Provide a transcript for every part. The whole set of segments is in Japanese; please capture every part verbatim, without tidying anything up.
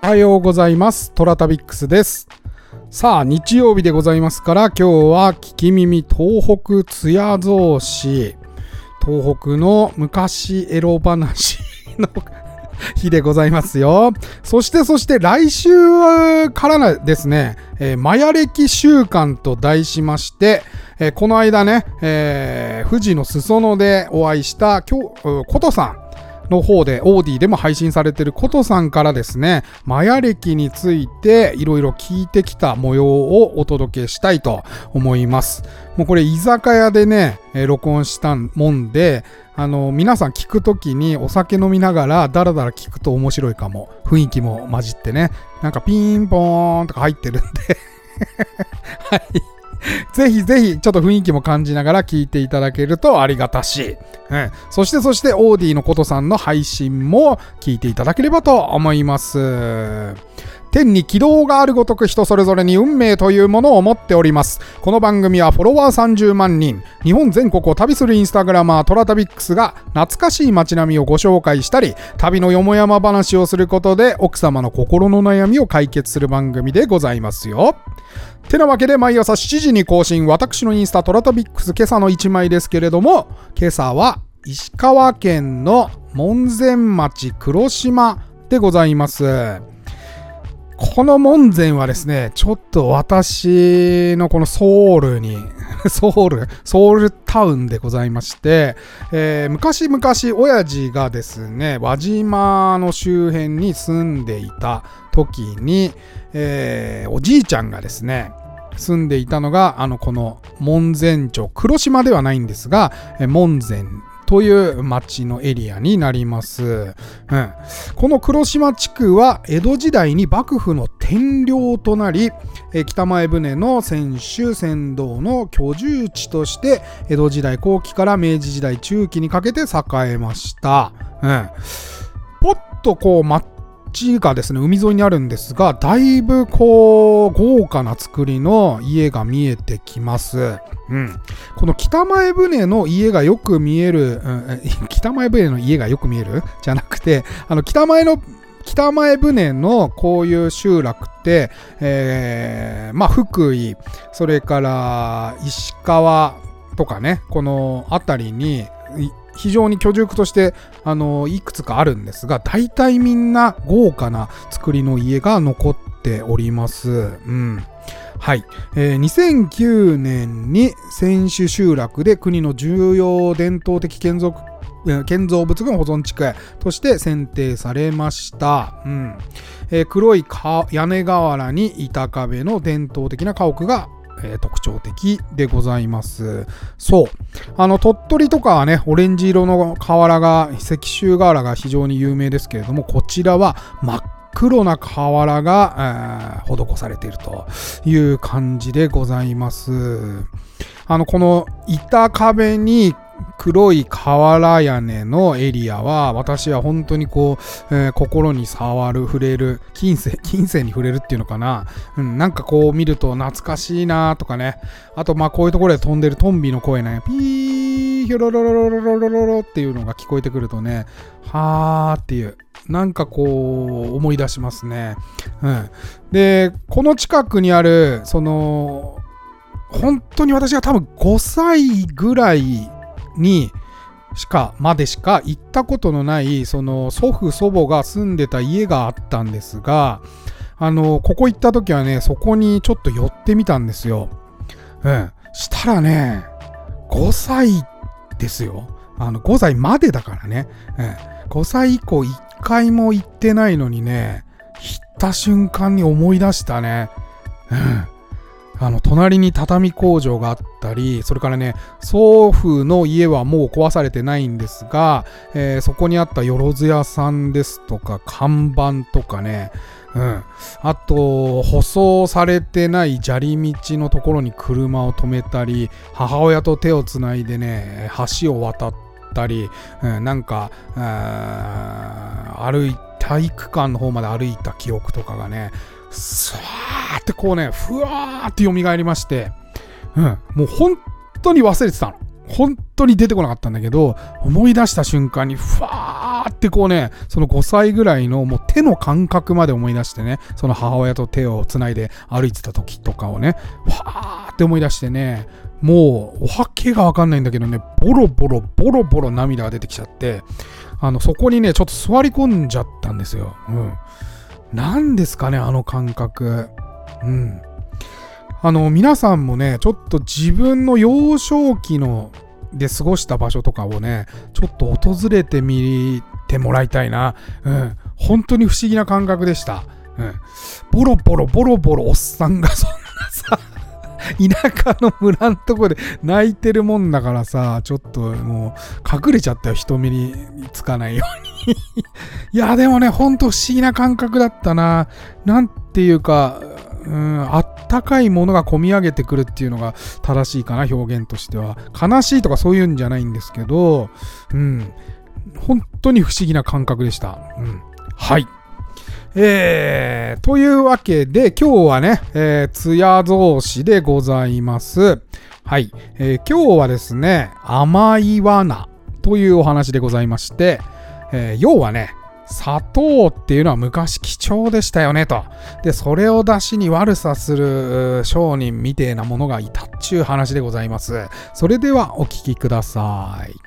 おはようございます。トラタビックスです。さあ、日曜日でございますから、今日は聞き耳東北つや造詞、東北の昔エロ話の日でございますよ。そしてそして来週からですね、えー、マヤ歴週間と題しまして、えー、この間ね、えー、富士の裾野でお会いしたきょことさんの方でオーディでも配信されていることさんからですね、マヤ歴についていろいろ聞いてきた模様をお届けしたいと思います。もうこれ居酒屋でね、えー、録音したもんで、あの皆さん聞くときにお酒飲みながらダラダラ聞くと面白いかも。雰囲気も混じってね、なんかピンポーンとか入ってるんではい。ぜひぜひちょっと雰囲気も感じながら聞いていただけるとありがたし、うん、そしてそしてオーディのことさんの配信も聞いていただければと思います。天に軌道があるごとく人それぞれに運命というものを持っております。この番組はフォロワーさんじゅうまんにん、日本全国を旅するインスタグラマートラタビックスが懐かしい街並みをご紹介したり、旅のよもやま話をすることで奥様の心の悩みを解決する番組でございますよ。てなわけで毎朝しちじに更新、私のインスタトラタビックス今朝の一枚ですけれども、今朝は石川県の門前町黒島でございます。この門前はですね、ちょっと私のこのソウルにソウルソウルタウンでございまして、えー、昔々親父がですね、輪島の周辺に住んでいた時に、えー、おじいちゃんがですね住んでいたのがあのこの門前町、黒島ではないんですが、え門前という町のエリアになります、うん、この黒島地区は江戸時代に幕府の天領となり、え北前船の船主船頭の居住地として江戸時代後期から明治時代中期にかけて栄えました、うん、ポッとこう町がですね海沿いにあるんですが、だいぶこう豪華な作りの家が見えてきます。うん、この北前船の家がよく見える、うん、北前船の家がよく見えるじゃなくて、あの北前の北前船のこういう集落って、えー、まあ福井、それから石川とかね、この辺りに非常に居住区としてあのいくつかあるんですが、大体みんな豪華な作りの家が残っております。うん、はい、えー、にせんきゅうねんに船主集落で国の重要伝統的建造建造物群保存地区として選定されました。うん、えー、黒い屋根瓦に板壁の伝統的な家屋がえー、特徴的でございます。そう。あの、鳥取とかはね、オレンジ色の瓦が、石州瓦が非常に有名ですけれども、こちらは真っ黒な瓦が、えー、施されているという感じでございます。あの、この板壁に黒い瓦屋根のエリアは、私は本当にこう、えー、心に触る、触れる、近世、近世に触れるっていうのかな、うん、なんかこう見ると懐かしいなとかね、あとまあこういうところで飛んでるトンビの声ね、ピーヒョロロロロロロロロロっていうのが聞こえてくるとね、はーっていう、なんかこう思い出しますね。うん。で、この近くにある、その、本当に私が多分ごさいぐらいにしかまでしか行ったことのないその祖父祖母が住んでた家があったんですが、あのここ行った時はね、そこにちょっと寄ってみたんですよ。うん。したらね、ごさいですよ。あのごさいまでだからね。うん、ごさい以降いっかいも行ってないのにね、行った瞬間に思い出したね。うん。あの隣に畳工場があったり、それからね、祖父の家はもう壊されてないんですが、えー、そこにあったよろず屋さんですとか看板とかね、うん、あと舗装されてない砂利道のところに車を止めたり、母親と手をつないでね橋を渡ったり、うん、なんか歩い体育館の方まで歩いた記憶とかがね、スワーってこうね、ふわーって蘇りまして、うん、もう本当に忘れてたの。本当に出てこなかったんだけど、思い出した瞬間にふわーってこうね、そのごさいぐらいのもう手の感覚まで思い出してね、その母親と手をつないで歩いてた時とかをね、わーって思い出してね、もうおはけがわかんないんだけどね、ボロボロボロボロ涙が出てきちゃって、あのそこにねちょっと座り込んじゃったんですよ。うん。なんですかね、あの感覚。うん。あの皆さんもね、ちょっと自分の幼少期ので過ごした場所とかをね、ちょっと訪れてみてもらいたいな。うん。本当に不思議な感覚でした。うん。ボロボロボロボロおっさんがそんなさ、田舎の村のとこで泣いてるもんだからさ、ちょっともう隠れちゃったよ、人目につかないようにいやでもね、ほんと不思議な感覚だったな。なんていうか、うん、あったかいものが込み上げてくるっていうのが正しいかな、表現としては。悲しいとかそういうんじゃないんですけど、うん、本当に不思議な感覚でした。うん、はい。えー、というわけで今日はね、えー、つや造詞でございます。はい、えー、今日はですね、甘い罠というお話でございまして、えー、要はね、砂糖っていうのは昔貴重でしたよねと。で、それを出しに悪さする商人みてえなものがいたっちゅう話でございます。それではお聞きください。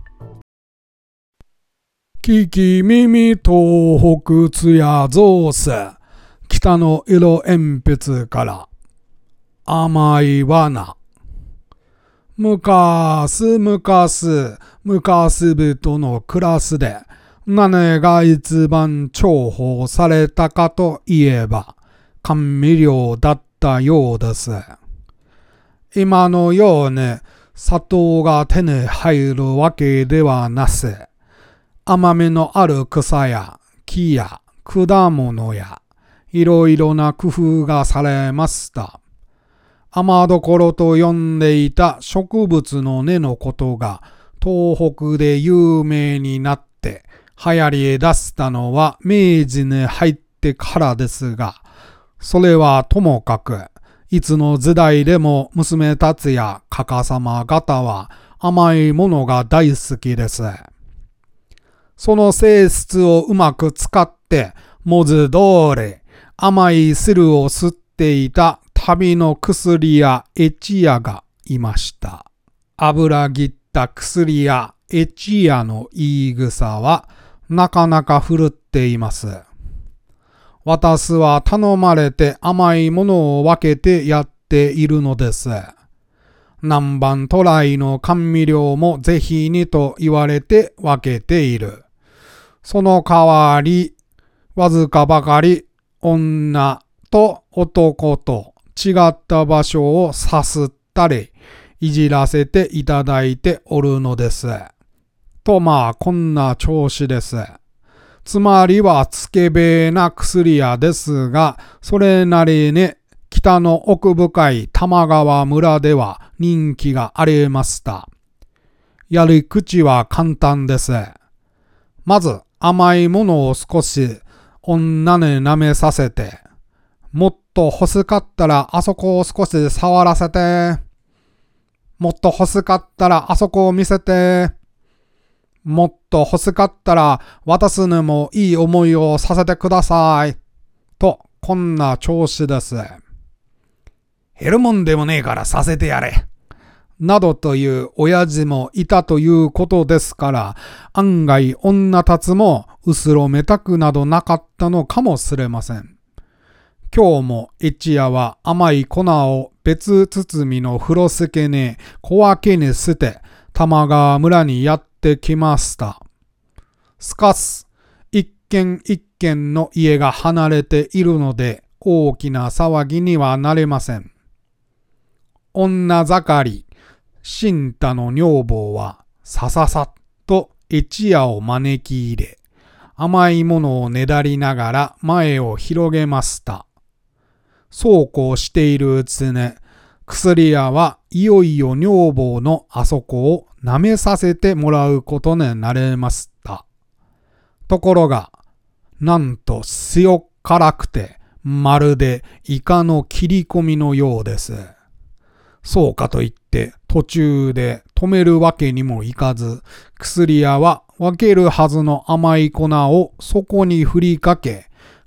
ききみみ東北つや造詞、北の色鉛筆から甘い罠。むかすむかすむかす人のクラスで何が一番重宝されたかといえば甘味料だったようです。今のように砂糖が手に入るわけではなし、甘みのある草や木や果物やいろいろな工夫がされました。甘どころと呼んでいた植物の根のことが東北で有名になって流行り出したのは明治に入ってからですが、それはともかく、いつの時代でも娘たちやかかさま方は甘いものが大好きです。その性質をうまく使って、文字通り甘い汁を吸っていた旅の薬屋越屋がいました。油切った薬屋越屋の言い草はなかなか振るっています。私は頼まれて甘いものを分けてやっているのです。南蛮渡来の甘味料もぜひにと言われて分けている。その代わり、わずかばかり女と男と違った場所をさすったり、いじらせていただいておるのです。とまあこんな調子です。つまりはつけべえな薬屋ですが、それなりに北の奥深い玉川村では人気がありました。やり口は簡単です。まず甘いものを少し女に舐めさせて、もっと欲しかったらあそこを少し触らせて、もっと欲しかったらあそこを見せて、もっと欲しかったら私にもいい思いをさせてください。と、こんな調子です。減るもんでもねえからさせてやれ。などという親父もいたということですから、案外女たちも薄ろめたくなどなかったのかもしれません。今日も越屋は甘い粉を別包みの風呂敷に小分けにして玉川村にやってきました。しかし、一軒一軒の家が離れているので大きな騒ぎにはなれません。女盛り、新太の女房はさささっと越屋を招き入れ、甘いものをねだりながら前を広げました。そうこうしているうちに、薬屋はいよいよ女房のあそこを舐めさせてもらうことになれました。ところが、なんと塩辛くてまるでイカの切り込みのようです。そうかといって途中で止めるわけにもいかず、薬屋は分けるはずの甘い粉をそこに振りかけ、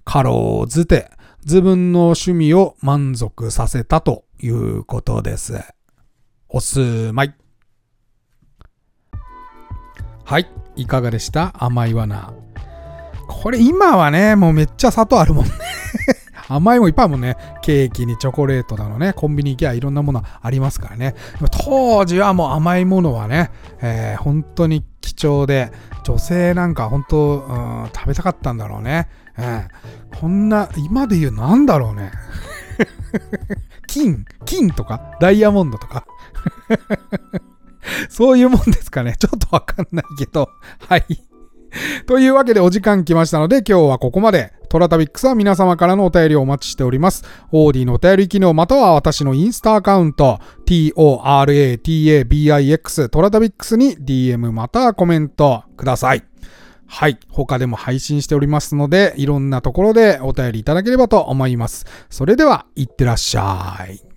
かろうじて自分の趣味を満足させたということです。おすまい。はい、いかがでした？甘いわな。これ今はね、もうめっちゃ砂糖あるもんね。甘いもいっぱいあるもんね。ケーキにチョコレートだのね。コンビニ行きゃいろんなものありますからね。当時はもう甘いものはね、えー、本当に貴重で、女性なんか本当、うん、食べたかったんだろうね。うん、こんな、今で言うなんだろうね。金金とかダイヤモンドとか。そういうもんですかね。ちょっとわかんないけど。はい。というわけでお時間来ましたので今日はここまで。トラタビックスは皆様からのお便りをお待ちしております。オーディのお便り機能または私のインスタアカウント トラタビックス トラタビックスに ディーエム またはコメントください。はい。他でも配信しておりますのでいろんなところでお便りいただければと思います。それではいってらっしゃい。